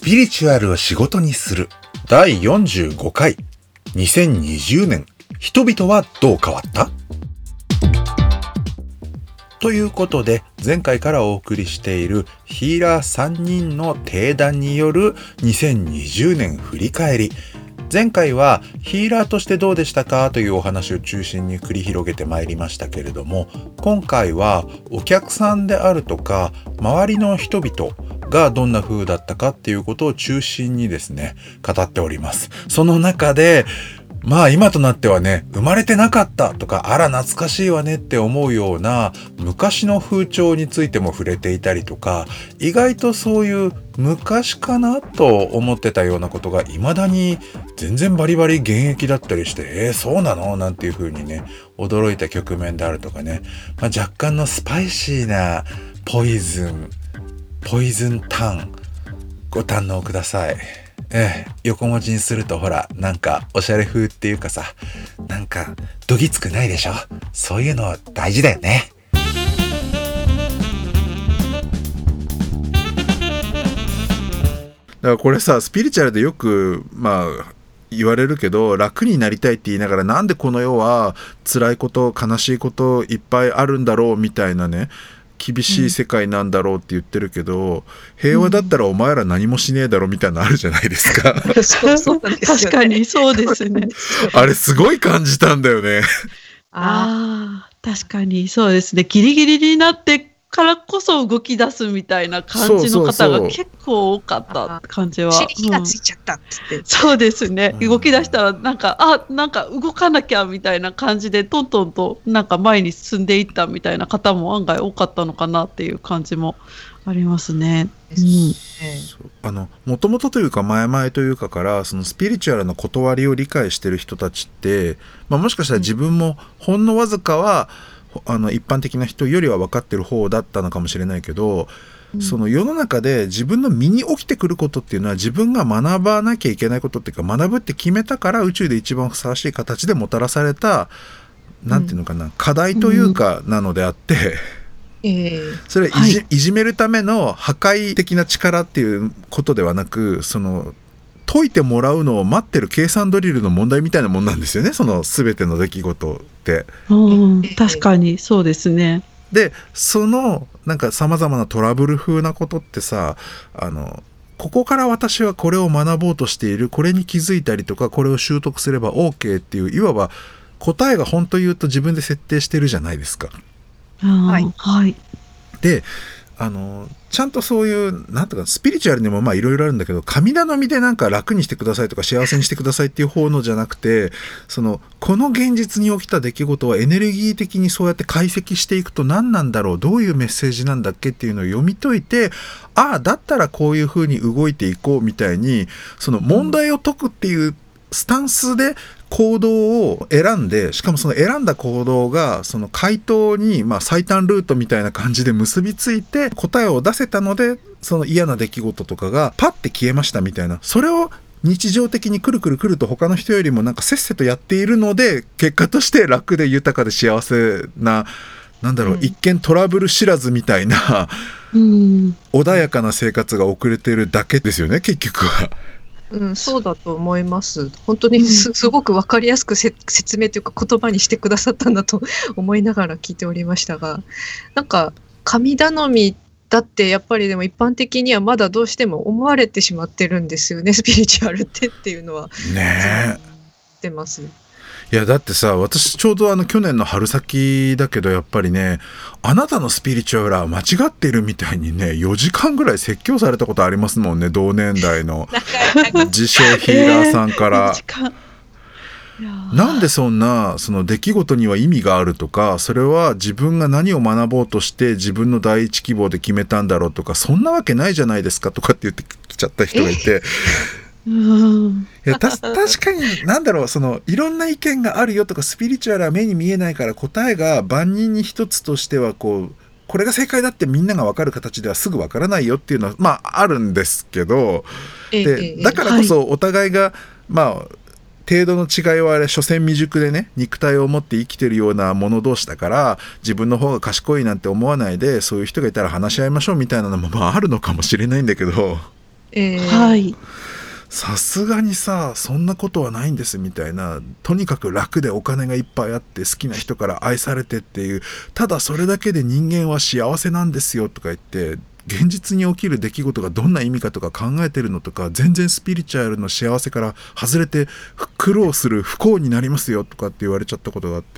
ピリチュアルを仕事にする第45回2020年人々はどう変わった?ということで前回からお送りしているヒーラー3人の定談による2020年振り返り、前回はヒーラーとしてどうでしたかというお話を中心に繰り広げてまいりましたけれども、今回はお客さんであるとか周りの人々がどんな風だったかっていうことを中心にですね語っております。その中で今となってはね、生まれてなかったとか、あら懐かしいわねって思うような昔の風潮についても触れていたりとか、意外とそういう昔かなと思ってたようなことが未だに全然バリバリ現役だったりして、そうなのなんていう風にね、驚いた局面であるとかね、若干のスパイシーなポイズンタンご堪能ください。横文字にするとほらなんかおしゃれ風っていうかさ、なんかどぎつくないでしょ。そういうの大事だよね。だからこれさ、スピリチュアルでよく言われるけど、楽になりたいって言いながらなんでこの世は辛いこと悲しいこといっぱいあるんだろうみたいなね、厳しい世界なんだろうって言ってるけど、平和だったらお前ら何もしねえだろみたいなのあるじゃないですか。 そうなんですよね。確かにそうですね。 あれすごい感じたんだよね。 確かにそうですね。ギリギリになってからこそ動き出すみたいな感じの方が結構多かった感じは。 火がついちゃったっつって、 そうですね。動き出したらなんか動かなきゃみたいな感じでトントンとなんか前に進んでいったみたいな方も案外多かったのかなっていう感じもありますね。 もともとというか前々というかからそのスピリチュアルの断りを理解してる人たちって、もしかしたら自分もほんのわずかは一般的な人よりは分かってる方だったのかもしれないけど、その世の中で自分の身に起きてくることっていうのは自分が学ばなきゃいけないことっていうか、学ぶって決めたから宇宙で一番ふさわしい形でもたらされたなんていうのかな、課題というかなのであって、それはいじめるための破壊的な力っていうことではなく、その解いてもらうのを待ってる計算ドリルの問題みたいなもんなんですよね、その全ての出来事って。 確かにそうですね。 でそのなんかさまざまなトラブル風なことってさ、ここから私はこれを学ぼうとしている、これに気づいたりとかこれを習得すれば OK っていう、いわば答えが本当言うと自分で設定してるじゃないですか。でちゃんとそういうなんとかスピリチュアルにもいろいろあるんだけど、神頼みでなんか楽にしてくださいとか幸せにしてくださいっていう方のじゃなくて、この現実に起きた出来事はエネルギー的にそうやって解析していくと何なんだろう、どういうメッセージなんだっけっていうのを読み解いて、だったらこういう風に動いていこうみたいに、その問題を解くっていうスタンスで行動を選んで、しかもその選んだ行動がその回答に最短ルートみたいな感じで結びついて答えを出せたので、その嫌な出来事とかがパッて消えましたみたいな、それを日常的にくるくるくると他の人よりもなんかせっせとやっているので、結果として楽で豊かで幸せな、一見トラブル知らずみたいな、穏やかな生活が送れているだけですよね、結局は。 そうだと思います。本当にすごく分かりやすく説明というか言葉にしてくださったんだと思いながら聞いておりましたが、なんか神頼みだってやっぱりでも一般的にはまだどうしても思われてしまってるんですよね、スピリチュアルっていうのはね出ます。 いやだってさ、私ちょうど去年の春先だけど、やっぱりね、あなたのスピリチュアルは間違っているみたいにね4時間ぐらい説教されたことありますもんね、同年代の自称ヒーラーさんからなんでその出来事には意味があるとか、それは自分が何を学ぼうとして自分の第一希望で決めたんだろうとか、そんなわけないじゃないですかとかって言ってきちゃった人がいて確かにいろんな意見があるよとか、スピリチュアルは目に見えないから答えが万人に一つとしてはこれが正解だってみんなが分かる形ではすぐ分からないよっていうのはあるんですけど、だからこそお互いが程度の違いは所詮未熟でね、肉体を持って生きてるような者同士だから自分の方が賢いなんて思わないで、そういう人がいたら話し合いましょうみたいなのもあるのかもしれないんだけど、 はい。 さすがにさ、そんなことはないんですみたいな、とにかく楽でお金がいっぱいあって好きな人から愛されてっていう、ただそれだけで人間は幸せなんですよとか言って、現実に起きる出来事がどんな意味かとか考えてるのとか、全然スピリチュアルの幸せから外れて苦労する不幸になりますよとかって言われちゃったことがあって、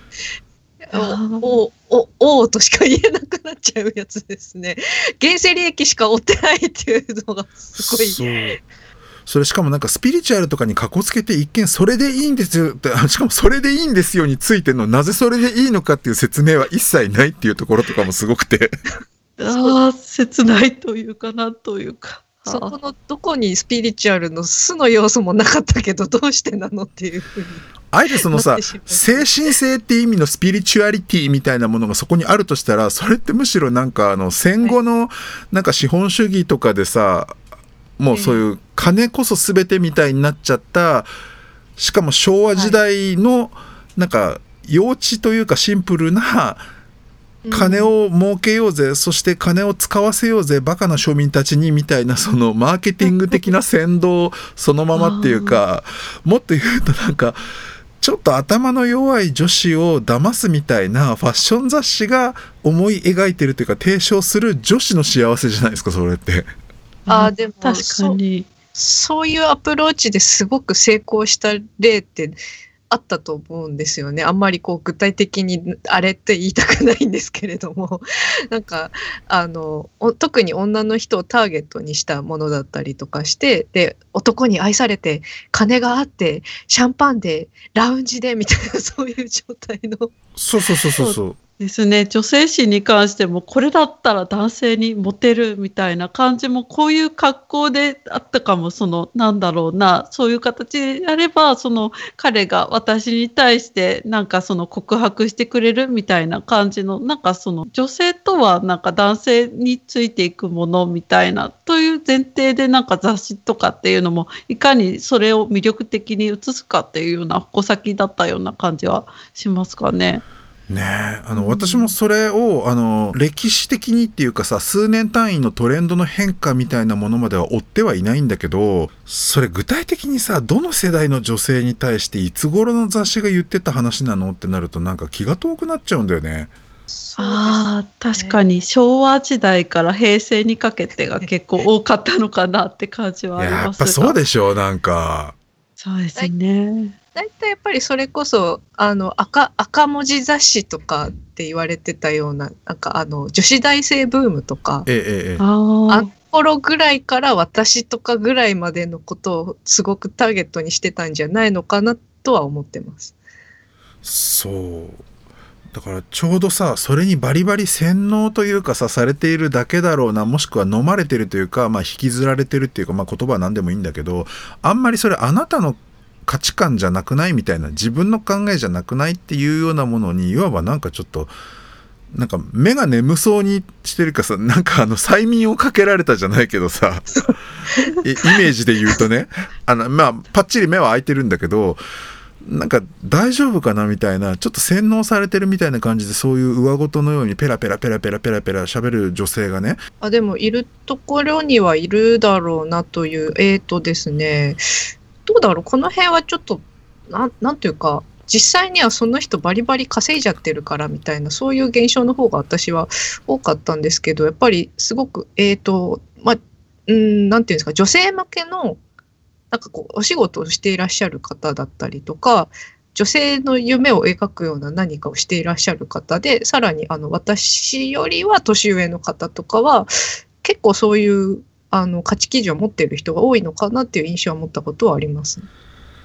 おとしか言えなくなっちゃうやつですね。現世利益しか追ってないっていうのがすごい。 そう。それしかもなんかスピリチュアルとかにかこつけて一見それでいいんですよって、しかもそれでいいんですよについてのなぜそれでいいのかっていう説明は一切ないっていうところとかもすごくて切ないというかなんというか。 そこのどこにスピリチュアルの素の要素もなかったけどどうしてなのっていうふうに。 あえてそのさ、精神性って意味のスピリチュアリティみたいなものがそこにあるとしたら、それってむしろなんか戦後のなんか資本主義とかでさ、もうそういう金こそ全てみたいになっちゃった、しかも昭和時代のなんか幼稚というかシンプルな金を儲けようぜ、そして金を使わせようぜバカな庶民たちにみたいな、そのマーケティング的な先導そのままっていうか、もっと言うとなんかちょっと頭の弱い女子を騙すみたいなファッション雑誌が思い描いてるというか提唱する女子の幸せじゃないですか、それって。 でも確かにそういうアプローチですごく成功した例ってあったと思うんですよね。あんまりこう具体的にあれって言いたくないんですけれどもなんか特に女の人をターゲットにしたものだったりとかして、で男に愛されて金があってシャンパンでラウンジでみたいな、そういう状態の。 そうですね。女性誌に関してもこれだったら男性にモテるみたいな感じもこういう格好であったかも。なんだろうな、そういう形であれば彼が私に対してなんか告白してくれるみたいな感じの、なんか女性とはなんか男性についていくものみたいなという前提で、なんか雑誌とかっていうのもいかにそれを魅力的に映すかっていうような矛先だったような感じはしますかね。 ね、私もそれを歴史的にっていうかさ、数年単位のトレンドの変化みたいなものまでは追ってはいないんだけど、それ具体的にさ、どの世代の女性に対していつ頃の雑誌が言ってた話なのってなると、なんか気が遠くなっちゃうんだよね。 確かに昭和時代から平成にかけてが結構多かったのかなって感じはありますが。 やっぱそうでしょう。なんかそうですね。 だいたいやっぱりそれこそ赤文字雑誌とかって言われてたような、なんか女子大生ブームとか、あの頃ぐらいから私とかぐらいまでのことをすごくターゲットにしてたんじゃないのかなとは思ってます。 そうだからちょうどさ、それにバリバリ洗脳というかさされているだけだろうな、もしくは飲まれてるというか、引きずられてるっていうか、言葉は何でもいいんだけど、あんまりそれあなたの価値観じゃなくないみたいな、自分の考えじゃなくないっていうようなものに、いわばなんかちょっとなんか目が眠そうにしてるかさ、なんか催眠をかけられたじゃないけどさイメージで言うとね、パッチリ目は開いてるんだけど、なんか大丈夫かなみたいな、ちょっと洗脳されてるみたいな感じで、そういう上事のようにペラペラ喋る女性がね。 でもいるところにはいるだろうなという。ですね、どうだろう、この辺はちょっとなんていうか、実際にはその人バリバリ稼いじゃってるからみたいな、そういう現象の方が私は多かったんですけど、やっぱりすごくなんていうんですか、女性向けのなんかこうお仕事をしていらっしゃる方だったりとか、女性の夢を描くような何かをしていらっしゃる方で、さらに私よりは年上の方とかは結構そういう価値基準を持っている人が多いのかなっていう印象を持ったことはありますね。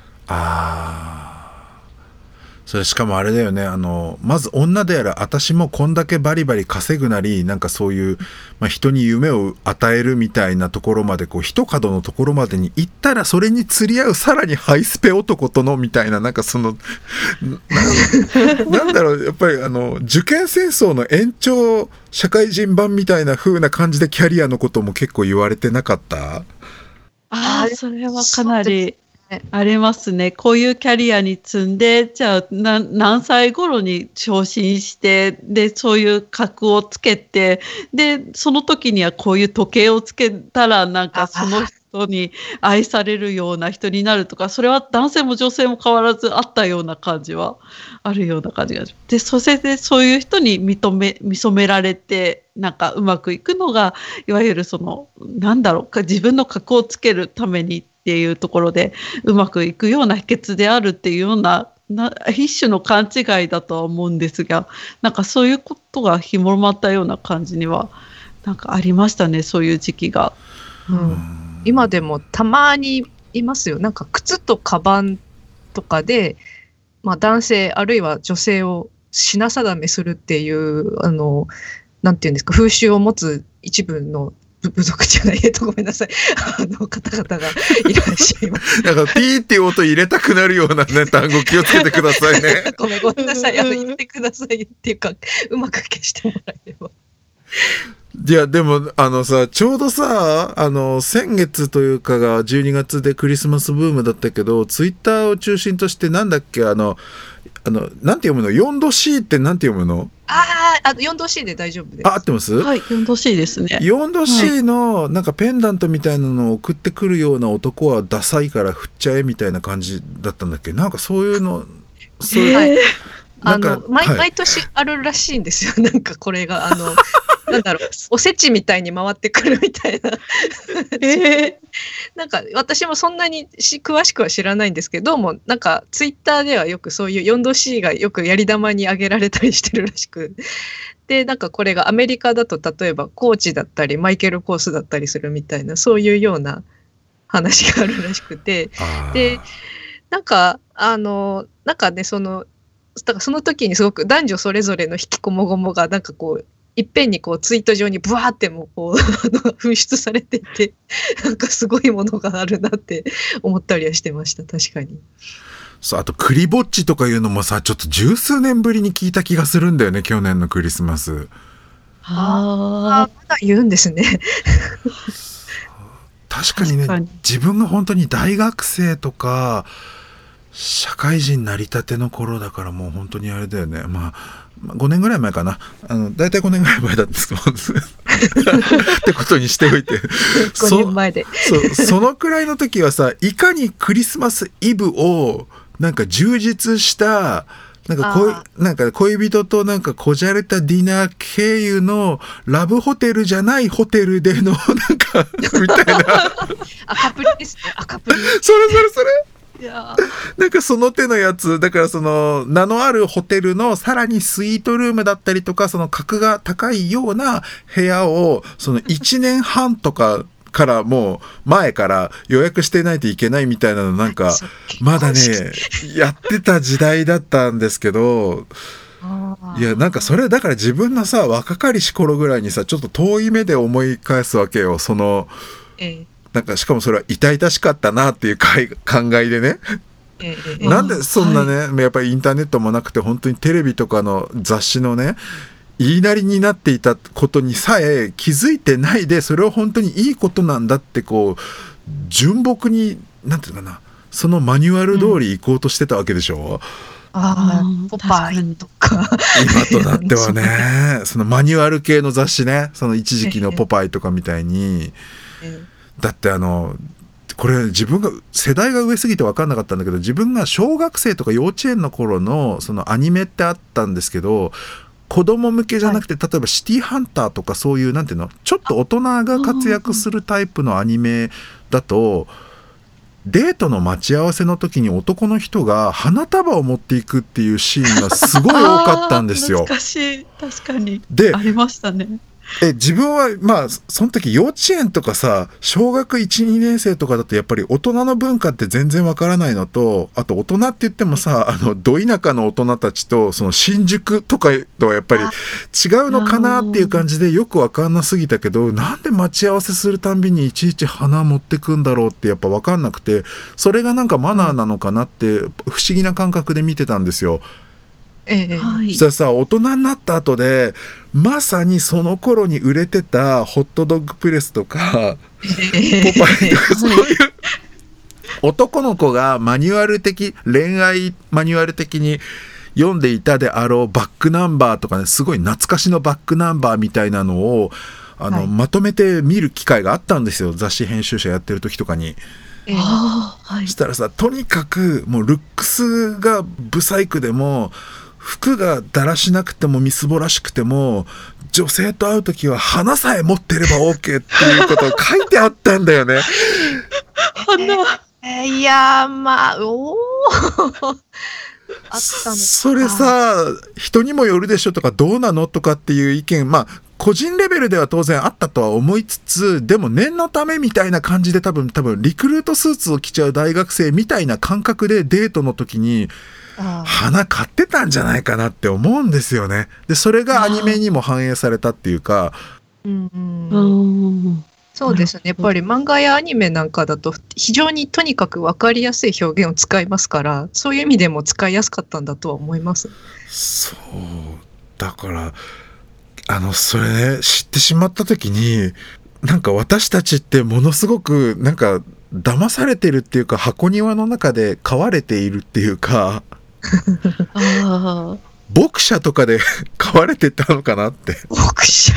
それしかもあれだよね、まず女である私もこんだけバリバリ稼ぐなり、なんかそういう、人に夢を与えるみたいなところまで、こう一角のところまでに行ったら、それに釣り合うさらにハイスペ男とのみたいな、なんかなんだろう、やっぱり受験戦争の延長社会人版みたいな風な感じでキャリアのことも結構言われてなかった？ それはかなりありますね。こういうキャリアに積んで、じゃあ何歳頃に昇進して、で、そういう格をつけて、で、その時にはこういう時計をつけたら、なんかその人に愛されるような人になるとか、それは男性も女性も変わらずあったような感じはあるような感じが。で、それでそういう人に見初められて、なんかうまくいくのが、いわゆるその、なんだろうか、自分の格をつけるためにっていうところでうまくいくような秘訣であるっていうような、一種の勘違いだとは思うんですが、なんかそういうことが広まったような感じにはなんかありましたね、そういう時期が。 今でもたまにいますよ。なんか靴とカバンとかで、男性あるいは女性を品定めするっていうなんていうんですか、風習を持つ一部の部族じゃないごめんなさい方々がいらっしゃいます。 なんかピーっていう音入れたくなるようなね単語気をつけてくださいね。 ごめんなさい言ってくださいっていうかうまく消してもらえれば。 いやでもさ、ちょうどさ先月というかが12月でクリスマスブームだったけど、ツイッターを中心としてなんだっけなんて読むの 4°C ってなんて読むの 4°C で大丈夫です。 合ってます？ はい、4°C ですね。 4°C のなんかペンダントみたいなのを送ってくるような男はダサいから振っちゃえみたいな感じだったんだっけ。なんかそういうの毎年あるらしいんですよ。なんかこれがなんだろう、おせちみたいに回ってくるみたいな。なんか私もそんなに詳しくは知らないんですけど、どうもなんかツイッターではよくそういう 4°C がよくやり玉に挙げられたりしてるらしく。で、なんかこれがアメリカだと例えばコーチだったりマイケル・コースだったりするみたいな、そういうような話があるらしくて。で、なんかなんかね、だからその時にすごく男女それぞれの引きこもごもがなんかこういっぺんにこうツイート上にブワーってもこう噴出されていて、なんかすごいものがあるなって思ったりはしてました。確かに。 そう、あとクリぼっちとかいうのもさ、ちょっと十数年ぶりに聞いた気がするんだよね、去年のクリスマス。 まだ言うんですね。 確かにね、自分が本当に大学生とか社会人成り立ての頃だから、もう本当にあれだよね。5年ぐらい前かな。だいたい5年ぐらい前だったんですけどってことにしておいて 5年前でそのくらいの時はさ、いかにクリスマスイブをなんか充実したなんか恋人となんかこじゃれたディナー経由のラブホテルじゃないホテルでのなんかみたいな赤プリですね。赤プリ。 それいやなんかその手のやつだから、その名のあるホテルのさらにスイートルームだったりとか、その格が高いような部屋をその1年半とかからもう前から予約してないといけないみたいなの、なんかまだねやってた時代だったんですけど、いやなんかそれだから自分のさ若かりし頃ぐらいにさ、ちょっと遠い目で思い返すわけよ。なんかしかもそれは痛々しかったなっていう考えでね、なんでそんなね、やっぱりインターネットもなくて本当にテレビとかの雑誌のね言いなりになっていたことにさえ気づいてないで、それを本当にいいことなんだってこう純朴になんていうかな、そのマニュアル通り行こうとしてたわけでしょ。 ポパイとか今となってはねそのマニュアル系の雑誌ね、その一時期のポパイとかみたいに、だってこれ自分が世代が上すぎて分かんなかったんだけど、自分が小学生とか幼稚園の頃のそのアニメってあったんですけど、子供向けじゃなくて、例えばシティハンターとかそういうなんていうの、ちょっと大人が活躍するタイプのアニメだと、デートの待ち合わせの時に男の人が花束を持っていくっていうシーンがすごい多かったんですよ。 懐かしい。確かにでありましたね。 自分はその時幼稚園とかさ小学 1,2 年生とかだとやっぱり大人の文化って全然わからないのと、あと大人って言ってもさど田舎の大人たちとその新宿とかとはやっぱり違うのかなっていう感じでよくわかんなすぎたけど、なんで待ち合わせするたんびにいちいち花持ってくんだろうってやっぱわかんなくて、それがなんかマナーなのかなって不思議な感覚で見てたんですよ。そしたらさ、大人になった後でまさにその頃に売れてたホットドッグプレスとかポパイとかそういう男の子がマニュアル的、恋愛マニュアル的に読んでいたであろうバックナンバーとかね、すごい懐かしのバックナンバーみたいなのをまとめて見る機会があったんですよ、雑誌編集者やってる時とかに。したらさ、とにかくもうルックスがブサイクでも服がだらしなくてもみすぼらしくても女性と会う時は花さえ持ってれば OK っていうことを書いてあったんだよね。 いやまああったの。 それさ、人にもよるでしょとかどうなのとかっていう意見、まあ個人レベルでは当然あったとは思いつつ、でも念のためみたいな感じで多分リクルートスーツを着ちゃう大学生みたいな感覚でデートの時に花買ってたんじゃないかなって思うんですよね。でそれがアニメにも反映されたっていうか、 そうですね。やっぱり漫画やアニメなんかだと非常にとにかく分かりやすい表現を使いますから、そういう意味でも使いやすかったんだとは思います。 そうだからそれね、知ってしまった時になんか私たちってものすごくなんか騙されてるっていうか、箱庭の中で飼われているっていうか牧者とかで飼われてたのかなって。 牧者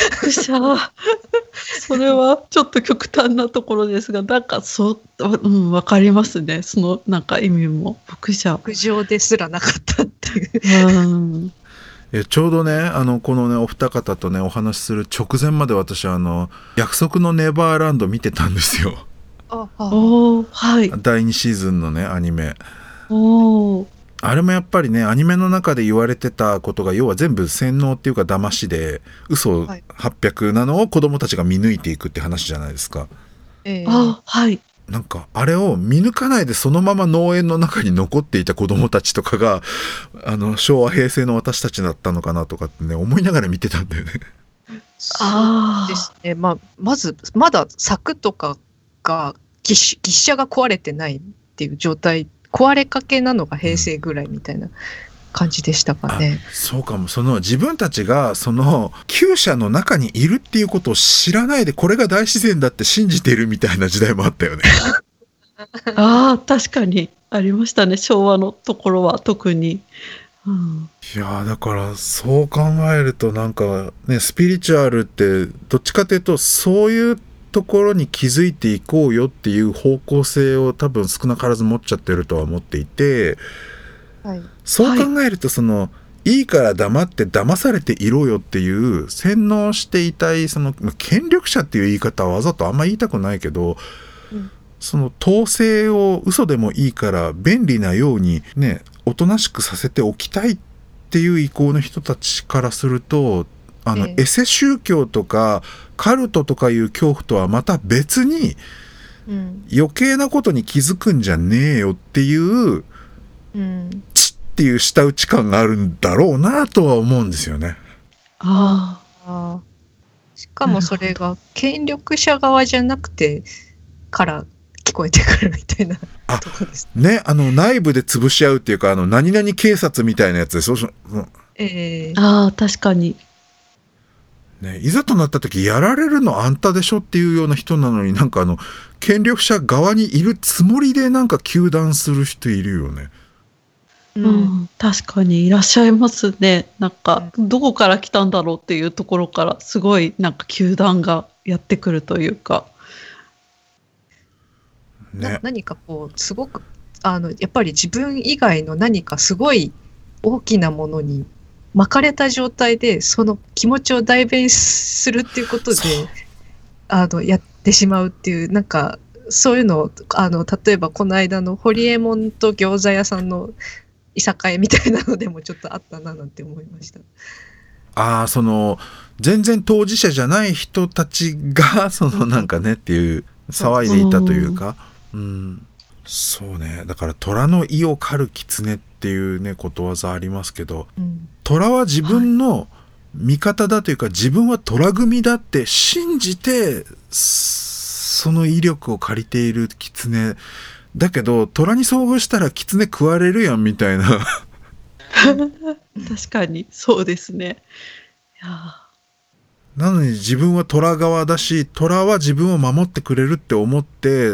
それはちょっと極端なところですが、なんかわかりますね。そのなんか意味も牧者。 牧場ですらなかったっていうちょうどね、このねお二方とねお話しする直前まで私約束のネバーランド見てたんですよ。 はい。 第2シーズンのねアニメ。あれもやっぱりね、アニメの中で言われてたことが要は全部洗脳っていうか騙しで嘘800なのを子供たちが見抜いていくって話じゃないですか。 はい。 なんかあれを見抜かないでそのまま農園の中に残っていた子供たちとかが昭和平成の私たちだったのかなとかってね思いながら見てたんだよね。 そうですね。まずまだ柵とかがぎっしゃが壊れてないっていう状態、壊れかけなのが平成ぐらいみたいな感じでしたかね。 そうかも。自分たちがその厩舎の中にいるっていうことを知らないでこれが大自然だって信じているみたいな時代もあったよね。 確かにありましたね、昭和のところは特に。 いやだからそう考えるとなんかね、スピリチュアルってどっちかというとそういうところに気づいていこうよっていう方向性を多分少なからず持っちゃってるとは思っていて、そう考えるといいから黙って騙されていろよっていう洗脳していたい権力者っていう言い方はわざとあんま言いたくないけど、その統制を嘘でもいいから便利なようにねおとなしくさせておきたいっていう意向の人たちからするとエセ宗教とかカルトとかいう恐怖とはまた別に余計なことに気づくんじゃねえよっていうチッっていう舌打ち感があるんだろうなとは思うんですよね。 しかもそれが権力者側じゃなくてから聞こえてくるみたいなとこですね。内部で潰し合うっていうか何々警察みたいなやつで確かにね、いざとなった時やられるのあんたでしょっていうような人なのになんか権力者側にいるつもりでなんか糾弾する人いるよね。 確かにいらっしゃいますね。なんかどこから来たんだろうっていうところからすごいなんか糾弾がやってくるというか、 何かすごくやっぱり自分以外の何かすごい大きなものに巻かれた状態でその気持ちを代弁するっていうことでやってしまうっていう、なんかそういうのを例えばこの間のホリエモンと餃子屋さんのいさかいみたいなのでもちょっとあったななんて思いました。 全然当事者じゃない人たちがなんかねっていう騒いでいたというか、そうね。だから虎の意を狩る狐っていうねことわざありますけど、虎は自分の味方だというか、自分は虎組だって信じてその威力を借りている狐だけど、虎に遭遇したら狐食われるやんみたいな確かにそうですね。 なのに自分は虎側だし、虎は自分を守ってくれるって思って、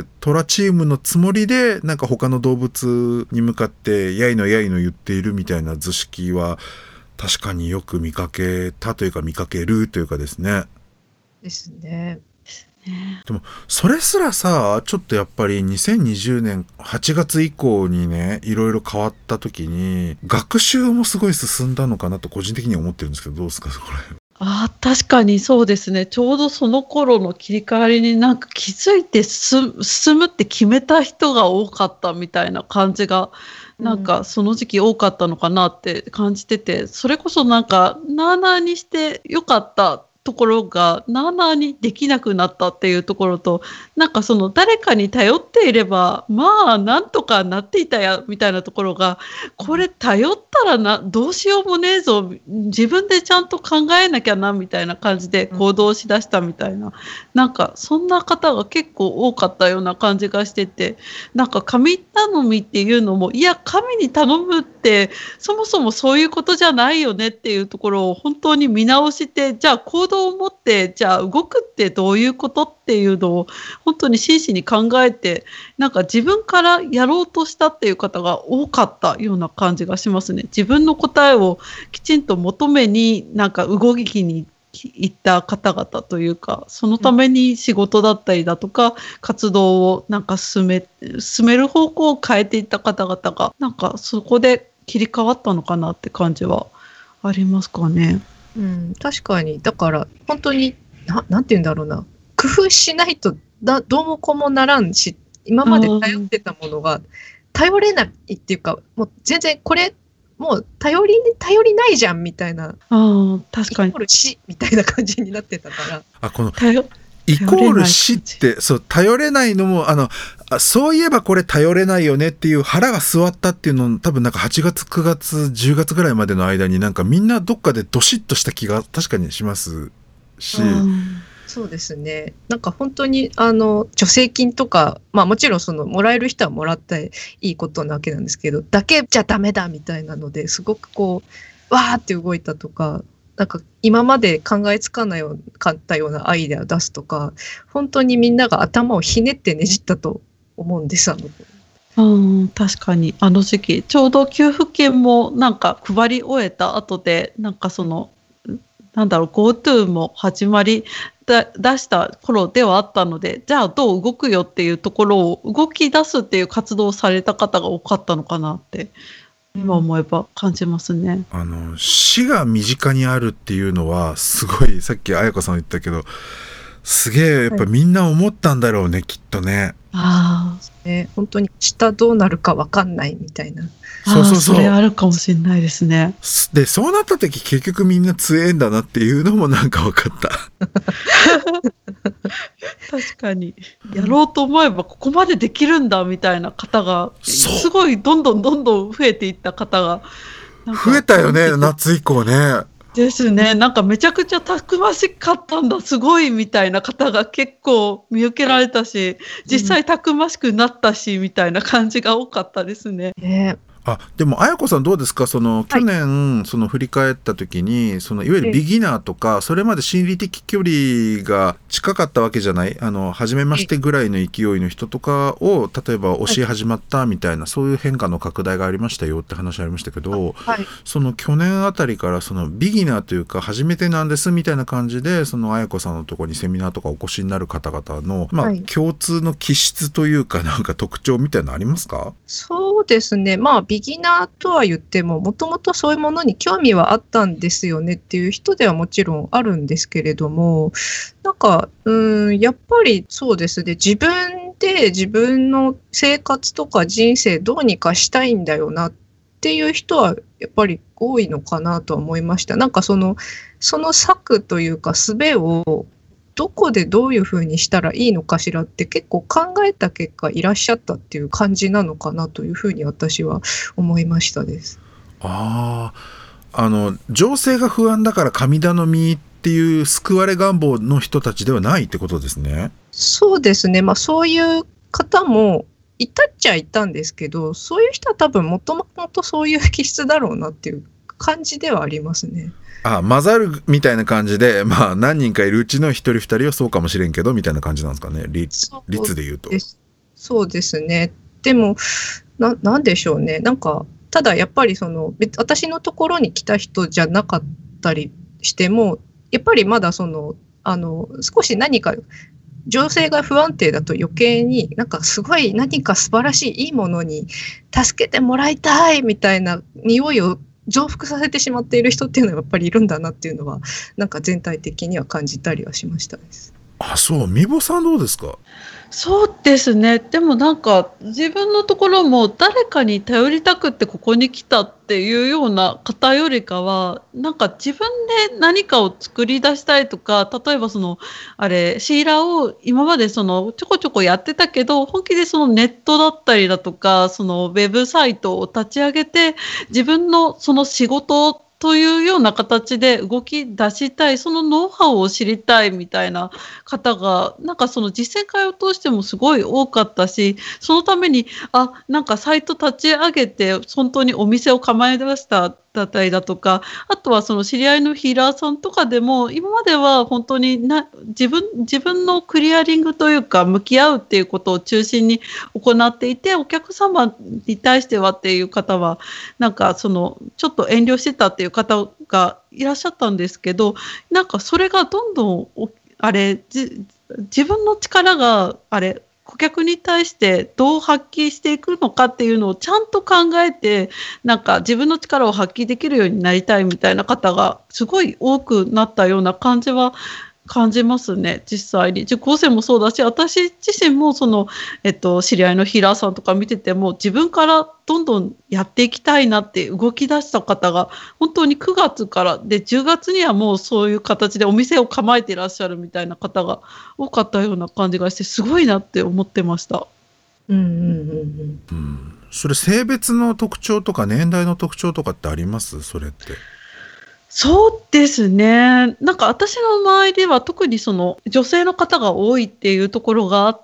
虎チームのつもりでなんか他の動物に向かってやいのやいの言っているみたいな図式は確かによく見かけたというか見かけるというかですね。 ですね。 でもそれすらさ、ちょっとやっぱり2020年8月以降にね、いろいろ変わった時に学習もすごい進んだのかなと個人的には思ってるんですけど、どうですかこれ。 ああ、確かにそうですね。ちょうどその頃の切り替わりになんか気づいて進むって決めた人が多かったみたいな感じが、なんかその時期多かったのかなって感じてて、それこそなんか、なあなあにしてよかったところが、なあなあにできなくなったっていうところと、なんかその誰かに頼っていれば、まあなんとかなっていたや、みたいなところが、これ頼ったらどうしようもねえぞ、自分でちゃんと考えなきゃな、みたいな感じで行動しだしたみたいな、なんかそんな方が結構多かったような感じがしてて、なんか神頼みっていうのも、いや、神に頼むって、そもそもそういうことじゃないよねっていうところを本当に見直して、じゃあ行動を持って、じゃあ動くってどういうことっていうのを本当に真摯に考えて、なんか自分からやろうとしたっていう方が多かったような感じがしますね。自分の答えをきちんと求めになんか動きに行った方々というか、そのために仕事だったりだとか活動をなんか進める方向を変えていった方々がなんかそこで切り替わったのかなって感じはありますかね。 確かに。だから本当になんて言うんだろうな、工夫しないとどうもこうもならんし、今まで頼ってたものが頼れないっていうか、もう全然これもう頼りないじゃんみたいな、 確かにイコール死みたいな感じになってたから、 このイコール死って、そう頼れないのもそういえばこれ頼れないよねっていう腹が据わったっていうの、多分なんか8月9月10月ぐらいまでの間になんかみんなどっかでドシッとした気が確かにしますし、 そうですね。なんか本当に助成金とか、まあもちろんそのもらえる人はもらっていいことなわけなんですけど、だけじゃダメだみたいなのですごくこうわーって動いたとか、なんか今まで考えつかないかったようなアイデアを出すとか、本当にみんなが頭をひねってねじったと思うんです。 確かにあの時期ちょうど給付金もなんか配り終えた後で、なんかそのなんだろう GoTo も始まり出した頃ではあったので、じゃあどう動くよっていうところを動き出すっていう活動をされた方が多かったのかなって今思えば感じますね。 死が身近にあるっていうのはすごい、さっき彩子さん言ったけどすげえやっぱみんな思ったんだろうね、きっとね。 本当に明日どうなるか分かんないみたいな。 それあるかもしれないですね。 でそうなった時結局みんな強えんだなっていうのもなんか分かった確かにやろうと思えばここまでできるんだみたいな方がすごいどんどん増えていった方が増えたよね、夏以降ね。 ですね。なんかめちゃくちゃたくましかったんだすごいみたいな方が結構見受けられたし、実際たくましくなったし、みたいな感じが多かったですね。 でも彩子さんどうですか、その去年その振り返った時にそのいわゆるビギナーとかそれまで心理的距離が近かったわけじゃない、初めましてぐらいの勢いの人とかを例えば教え始まったみたいな、そういう変化の拡大がありましたよって話ありましたけど、その去年あたりからそのビギナーというか初めてなんですみたいな感じでその彩子さんのところにセミナーとかお越しになる方々の、共通の気質というかなんか特徴みたいなのありますか？ そうですね。ビギナーとは言っても、もともとそういうものに興味はあったんですよねっていう人ではもちろんあるんですけれども、なんか、やっぱりそうですね。自分で自分の生活とか人生どうにかしたいんだよなっていう人はやっぱり多いのかなとは思いました。なんかその策というか術をどこでどういうふうにしたらいいのかしらって結構考えた結果いらっしゃったっていう感じなのかなというふうに私は思いましたです。 情勢が不安だから神頼みっていう救われ願望の人たちではないってことですね。 そうですね。そういう方もいたっちゃいたんですけど、そういう人は多分もともとそういう気質だろうなっていう感じではありますね。 混ざるみたいな感じで、何人かいるうちの一人二人はそうかもしれんけどみたいな感じなんですかね、率で言うと。 そうですね。でもなんでしょうね。なんかただやっぱり私のところに来た人じゃなかったりしても、やっぱりまだ少し何か情勢が不安定だと余計になんかすごい何か素晴らしいいいものに助けてもらいたいみたいな匂いを増幅させてしまっている人っていうのはやっぱりいるんだなっていうのはなんか全体的には感じたりはしましたです。 そう、みぼさんどうですか？ そうですね。でもなんか自分のところも誰かに頼りたくってここに来たっていうような方よりかは、なんか自分で何かを作り出したいとか、例えばシーラーを今までちょこちょこやってたけど、本気でネットだったりだとか、ウェブサイトを立ち上げて、自分の仕事というような形で動き出したい、そのノウハウを知りたいみたいな方が、なんか実践会を通してもすごい多かったし、そのために、なんかサイト立ち上げて、本当にお店を構え出しただったりだとか、あとは知り合いのヒーラーさんとかでも、今までは本当に自分のクリアリングというか、向き合うっていうことを中心に行っていて、お客様に対してはっていう方は、なんかちょっと遠慮してたっていう方がいらっしゃったんですけど、なんかそれがどんどん自分の力が顧客に対してどう発揮していくのかっていうのをちゃんと考えて、なんか自分の力を発揮できるようになりたいみたいな方がすごい多くなったような感じは感じますね。実際に受講生もそうだし、私自身も知り合いのヒーラーさんとか見てても、自分からどんどんやっていきたいなって動き出した方が本当に9月からで、10月にはもうそういう形でお店を構えていらっしゃるみたいな方が多かったような感じがして、すごいなって思ってました。 それ性別の特徴とか年代の特徴とかってあります？それって。 そうですね。なんか私の周りでは特に女性の方が多いっていうところがあって、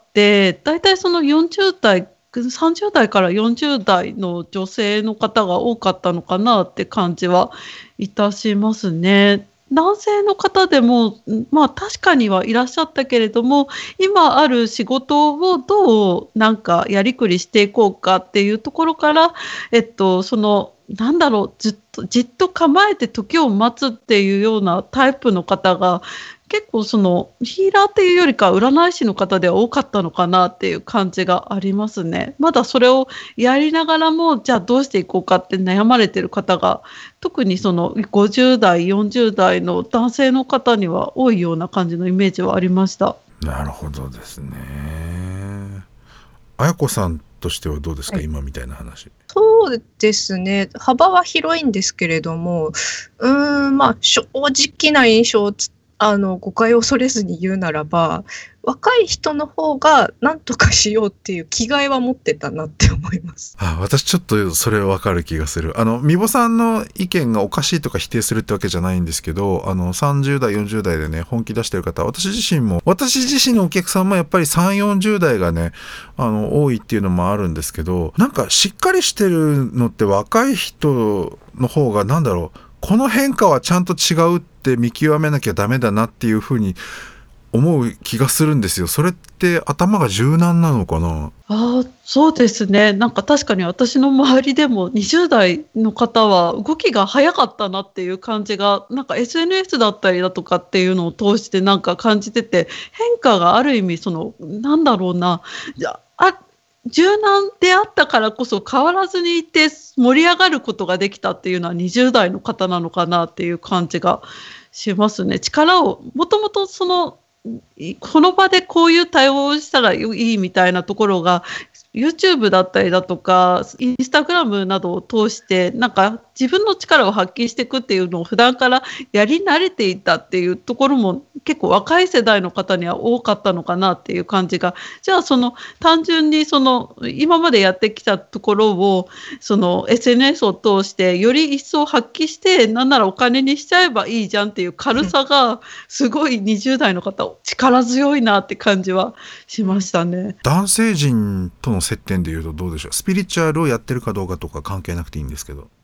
だいたい40代、30代から40代の女性の方が多かったのかなって感じはいたしますね。男性の方でも、確かにはいらっしゃったけれども、今ある仕事をどうなんかやりくりしていこうかっていうところから、なんだろう、じっと構えて時を待つっていうようなタイプの方が結構ヒーラーっていうよりか占い師の方では多かったのかなっていう感じがありますね。まだそれをやりながらも、じゃあどうしていこうかって悩まれてる方が、特に50代40代の男性の方には多いような感じのイメージはありました。 なるほどですね。綾子さんとしてはどうですか、はい、今みたいな話。 そうですね、幅は広いんですけれども、正直な印象を誤解を恐れずに言うならば、若い人の方が何とかしようっていう気概は持ってたなって思います。 私ちょっとそれ分かる気がする。みぼさんの意見がおかしいとか否定するってわけじゃないんですけど、30代40代でね本気出してる方、私自身のお客さんもやっぱり3、40代がね多いっていうのもあるんですけど、なんかしっかりしてるのって若い人の方が、なんだろう、この変化はちゃんと違うって見極めなきゃダメだなっていうふうに思う気がするんですよ。それって頭が柔軟なのかな？ そうですね。なんか確かに私の周りでも20代の方は動きが早かったなっていう感じが、なんか SNS だったりだとかっていうのを通してなんか感じてて、変化がある意味なんだろうな、柔軟であったからこそ変わらずにいて盛り上がることができたっていうのは20代の方なのかなっていう感じがしますね。力をもともとこの場でこういう対応をしたらいいみたいなところが YouTube だったりだとか Instagram などを通してなんか自分の力を発揮していくっていうのを普段からやり慣れていたっていうところも結構若い世代の方には多かったのかなっていう感じが、じゃあ単純に今までやってきたところをSNS を通してより一層発揮してなんならお金にしちゃえばいいじゃんっていう軽さがすごい20代の方力強いなって感じはしましたね。 男性陣との接点でいうとどうでしょう？スピリチュアルをやってるかどうかとか関係なくていいんですけど。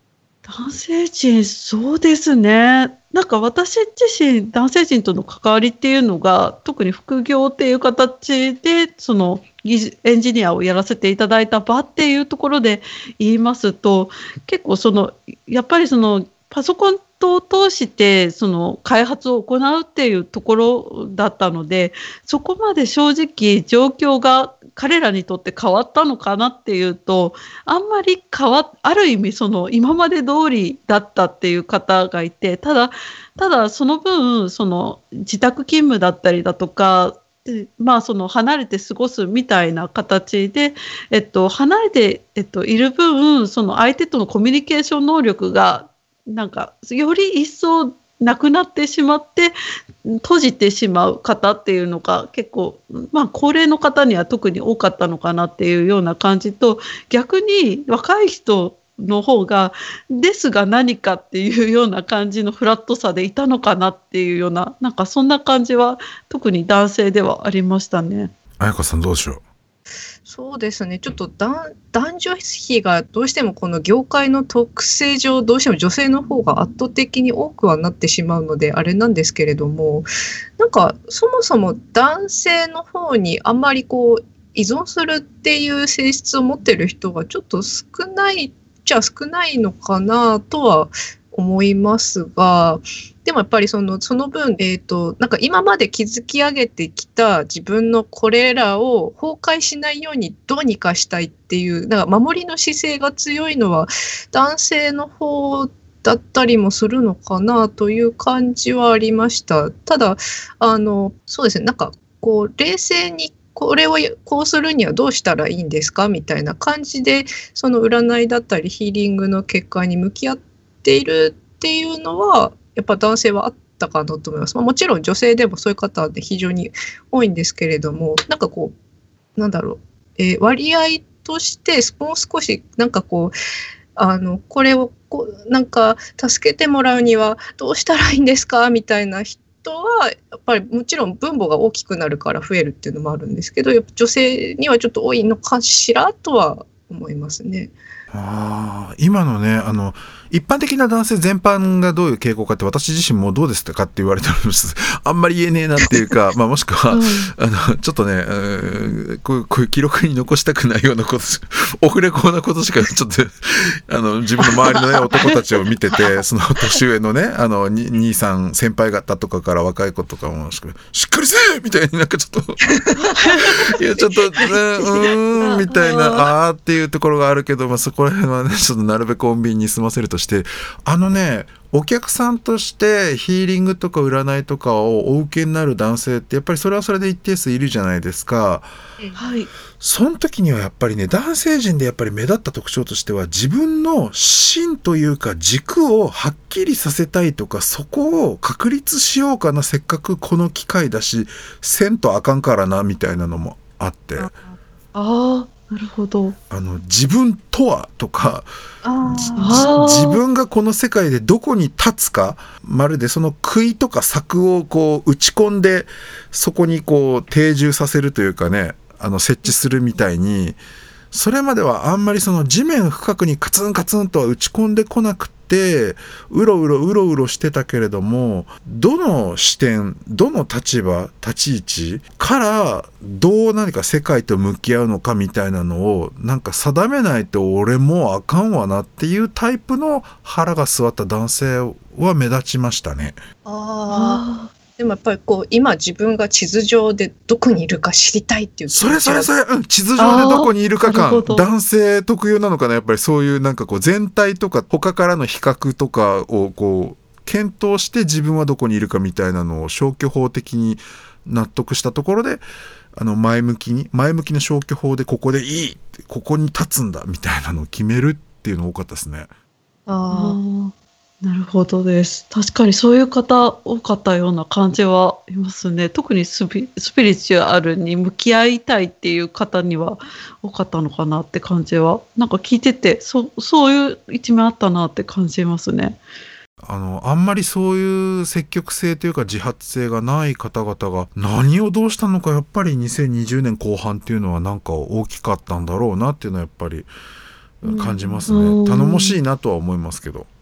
男性陣、そうですね。なんか私自身、男性陣との関わりっていうのが、特に副業っていう形で、エンジニアをやらせていただいた場っていうところで言いますと、結構やっぱりパソコンを通して開発を行うっていうところだったので、そこまで正直状況が彼らにとって変わったのかなっていうと、あんまりある意味今まで通りだったっていう方がいて、ただその分自宅勤務だったりだとか、離れて過ごすみたいな形で、離れて、いる分相手とのコミュニケーション能力がなんかより一層なくなってしまって閉じてしまう方っていうのが結構、高齢の方には特に多かったのかなっていうような感じと、逆に若い人の方がですが何かっていうような感じのフラットさでいたのかなっていうような、なんかそんな感じは特に男性ではありましたね。 彩香さんどうでしょう。 そうですね。ちょっと男女比がどうしてもこの業界の特性上、どうしても女性の方が圧倒的に多くはなってしまうのであれなんですけれども、なんかそもそも男性の方にあんまり依存するっていう性質を持ってる人がちょっと少ないっちゃ少ないのかなとは思いますが、でもやっぱりその分、なんか今まで築き上げてきた自分のこれらを崩壊しないようにどうにかしたいっていう、なんか守りの姿勢が強いのは男性の方だったりもするのかなという感じはありました。ただ、そうですね、なんか冷静にこれをこうするにはどうしたらいいんですかみたいな感じで、その占いだったりヒーリングの結果に向き合っているっていうのは、やっぱ男性はあったかなと思います。もちろん女性でもそういう方って非常に多いんですけれども、なんかなんだろう、割合としてもう少しなんかこれをなんか助けてもらうにはどうしたらいいんですかみたいな人はやっぱりもちろん分母が大きくなるから増えるっていうのもあるんですけど、やっぱ女性にはちょっと多いのかしらとは思いますね。 今のね、一般的な男性全般がどういう傾向かって私自身もどうですかって言われております。あんまり言えねえなっていうか、もしくは、ちょっとね、こういう記録に残したくないようなこと、オフレコなことしかちょっと自分の周りのね男たちを見てて、その年上のね兄さん先輩方とかから若い子とかもしっかりせえみたいになんかちょっといやちょっとみたいなっていうところがあるけど、そこら辺はねちょっとなるべく穏便に済ませるとして、お客さんとしてヒーリングとか占いとかをお受けになる男性ってやっぱりそれはそれで一定数いるじゃないですか。 はい。 その時にはやっぱりね、男性陣でやっぱり目立った特徴としては、自分の芯というか軸をはっきりさせたいとか、そこを確立しようかな、せっかくこの機会だしせんとあかんからなみたいなのもあって、 なるほど。 自分とはとか、自分がこの世界でどこに立つか、まるでその杭とか柵を打ち込んでそこに定住させるというかね、設置するみたいに、それまではあんまりその地面深くにカツンカツンとは打ち込んでこなくて、うろうろしてたけれども、どの視点、どの立場、立ち位置からどう何か世界と向き合うのかみたいなのをなんか定めないと俺もうあかんわなっていうタイプの腹が据わった男性は目立ちましたね。 でもやっぱり今自分が地図上でどこにいるか知りたいっていう、 それ、地図上でどこにいるか感、男性特有なのかな。やっぱりそういうなんか全体とか他からの比較とかを検討して自分はどこにいるかみたいなのを消去法的に納得したところで、前向きな消去法でここでいいって、ここに立つんだみたいなのを決めるっていうのが多かったですね。 なるほどです。確かにそういう方多かったような感じはいますね。特にスピリチュアルに向き合いたいっていう方には多かったのかなって感じは、なんか聞いててそういう一面あったなって感じますね。 あんまりそういう積極性というか自発性がない方々が何をどうしたのか、やっぱり2020年後半っていうのはなんか大きかったんだろうなっていうのはやっぱり感じますね。頼もしいなとは思いますけど。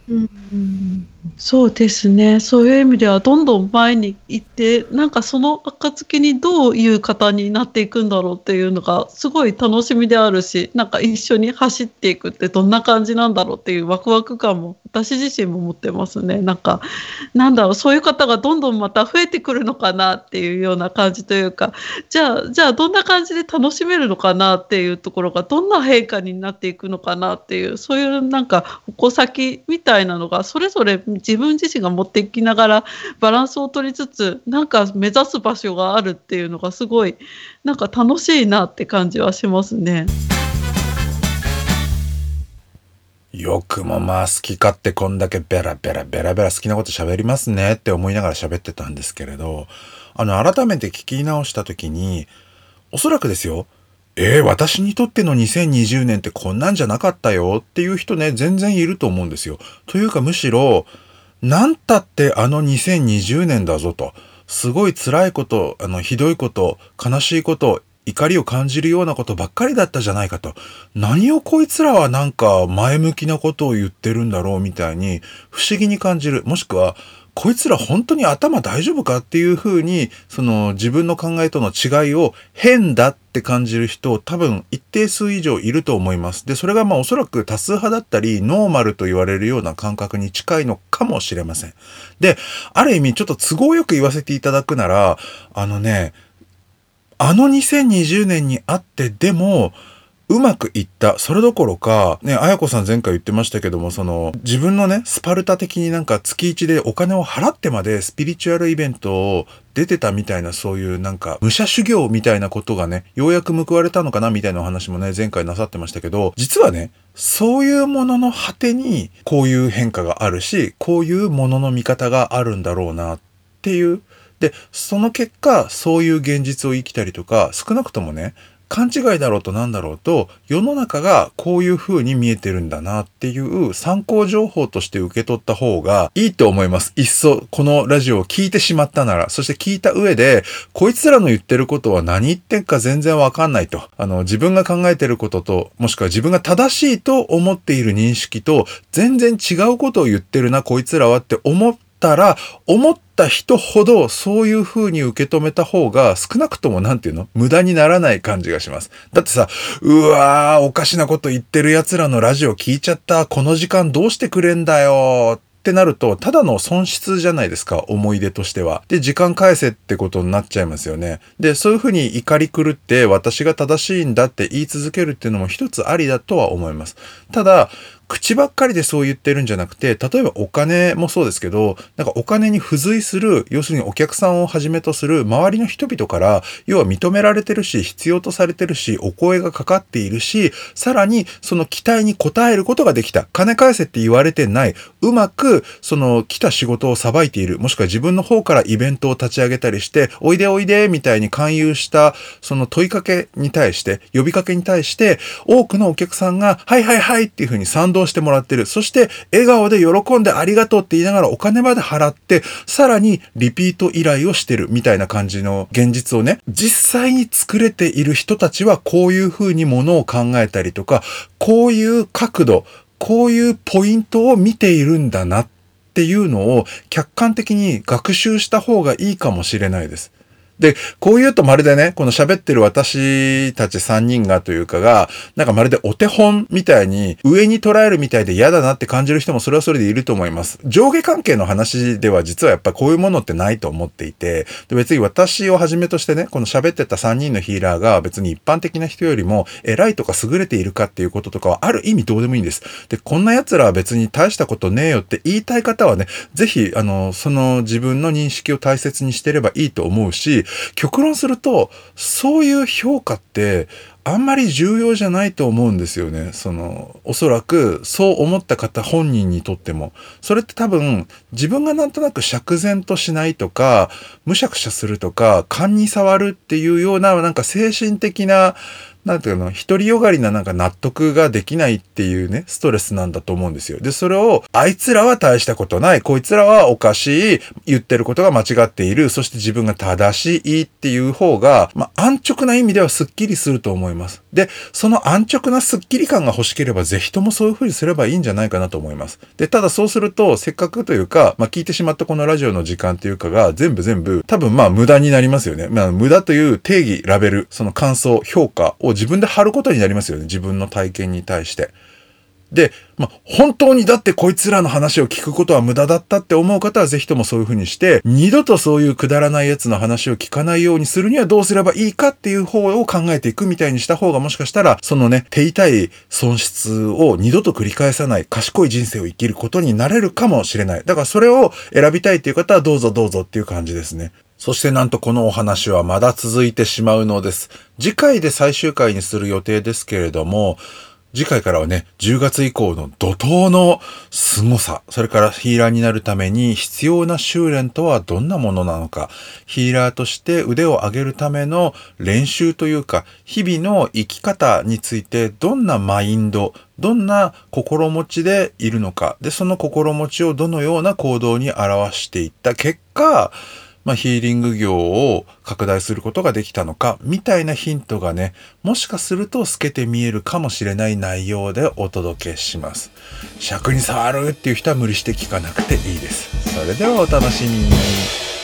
うんそうですね。そういう意味ではどんどん前に行って、なんかその暁にどういう方になっていくんだろうっていうのがすごい楽しみであるし、なんか一緒に走っていくってどんな感じなんだろうっていうワクワク感も私自身も持ってますね。なんかなんだろう、そういう方がどんどんまた増えてくるのかなっていうような感じというか、じゃあどんな感じで楽しめるのかなっていうところがどんな変化になっていくのかなっていう、そういうなんか矛先みたいなのがそれぞれ自分自身が持っていきながらバランスを取りつつ、なんか目指す場所があるっていうのがすごいなんか楽しいなって感じはしますね。 よくもまあ好き勝手こんだけベラベラベラベラ好きなこと喋りますねって思いながら喋ってたんですけれど、改めて聞き直した時に、おそらくですよ、私にとっての2020年ってこんなんじゃなかったよっていう人ね、全然いると思うんですよ。というかむしろ、なんたって2020年だぞと。すごい辛いこと、ひどいこと、悲しいこと、怒りを感じるようなことばっかりだったじゃないかと。何をこいつらはなんか前向きなことを言ってるんだろうみたいに不思議に感じる。もしくは、こいつら本当に頭大丈夫かっていう風に、その自分の考えとの違いを変だって感じる人多分一定数以上いると思います。で、それがまあおそらく多数派だったり、ノーマルと言われるような感覚に近いのかもしれません。で、ある意味ちょっと都合よく言わせていただくなら、2020年にあってでも、うまくいった。それどころか、ね、あやこさん前回言ってましたけども、自分のね、スパルタ的になんか月1でお金を払ってまでスピリチュアルイベントを出てたみたいな、そういうなんか、武者修行みたいなことがね、ようやく報われたのかなみたいなお話もね、前回なさってましたけど、実はね、そういうものの果てに、こういう変化があるし、こういうものの見方があるんだろうなっていう。で、その結果、そういう現実を生きたりとか、少なくともね、勘違いだろうとなんだろうと、世の中がこういう風に見えてるんだなっていう参考情報として受け取った方がいいと思います。いっそ、このラジオを聞いてしまったなら、そして聞いた上で、こいつらの言ってることは何言ってんか全然わかんないと。自分が考えてることと、もしくは自分が正しいと思っている認識と、全然違うことを言ってるな、こいつらはって思ったら、思った人ほどそういう風に受け止めた方が少なくとも無駄にならない感じがします。だってさ、うわーおかしなこと言ってる奴らのラジオ聞いちゃった、この時間どうしてくれんだよってなると、ただの損失じゃないですか、思い出としては。で、時間返せってことになっちゃいますよね。で、そういう風に怒り狂って私が正しいんだって言い続けるっていうのも一つありだとは思います。ただ、口ばっかりでそう言ってるんじゃなくて、例えばお金もそうですけど、なんかお金に付随する、要するにお客さんをはじめとする周りの人々から、要は認められてるし、必要とされてるし、お声がかかっているし、さらにその期待に応えることができた。金返せって言われてない。うまく、来た仕事をさばいている。もしくは自分の方からイベントを立ち上げたりして、おいでおいで、みたいに勧誘した、その問いかけに対して、呼びかけに対して、多くのお客さんが、はいはいはいっていう風に賛同してもらってる。そして、笑顔で喜んでありがとうって言いながらお金まで払って、さらにリピート依頼をしてるみたいな感じの現実をね、実際に作れている人たちはこういう風にものを考えたりとか、こういう角度、こういうポイントを見ているんだなっていうのを客観的に学習した方がいいかもしれないです。で、こう言うとまるでね、この喋ってる私たち3人がというかが、なんかまるでお手本みたいに上に捉えるみたいで嫌だなって感じる人もそれはそれでいると思います。上下関係の話では実はやっぱこういうものってないと思っていて、で別に私をはじめとしてね、この喋ってた3人のヒーラーが別に一般的な人よりも偉いとか優れているかっていうこととかはある意味どうでもいいんです。で、こんな奴らは別に大したことねえよって言いたい方はね、ぜひ、その自分の認識を大切にしてればいいと思うし、極論すると、そういう評価ってあんまり重要じゃないと思うんですよね。おそらくそう思った方本人にとっても。それって多分自分がなんとなく釈然としないとか、むしゃくしゃするとか、勘に触るっていうようななんか精神的ななんていうの、独りよがりななんか納得ができないっていうね、ストレスなんだと思うんですよ。で、それを、あいつらは大したことない、こいつらはおかしい、言ってることが間違っている、そして自分が正しいっていう方が、安直な意味ではスッキリすると思います。で、その安直なスッキリ感が欲しければ、ぜひともそういう風にすればいいんじゃないかなと思います。で、ただそうすると、せっかくというか、聞いてしまったこのラジオの時間というかが、全部、多分無駄になりますよね。無駄という定義、ラベル、その感想、評価を自分で貼ることになりますよね。自分の体験に対して。で、本当にだってこいつらの話を聞くことは無駄だったって思う方はぜひともそういう風にして、二度とそういうくだらないやつの話を聞かないようにするにはどうすればいいかっていう方を考えていくみたいにした方がもしかしたら、そのね、手痛い損失を二度と繰り返さない賢い人生を生きることになれるかもしれない。だからそれを選びたいっていう方はどうぞっていう感じですね。そしてなんとこのお話はまだ続いてしまうのです。次回で最終回にする予定ですけれども、次回からはね、10月以降の怒涛の凄さ、それからヒーラーになるために必要な修練とはどんなものなのか、ヒーラーとして腕を上げるための練習というか、日々の生き方についてどんなマインド、どんな心持ちでいるのか、で、その心持ちをどのような行動に表していった結果、ヒーリング業を拡大することができたのか、みたいなヒントがね、もしかすると透けて見えるかもしれない内容でお届けします。尺に触るっていう人は無理して聞かなくていいです。それではお楽しみに。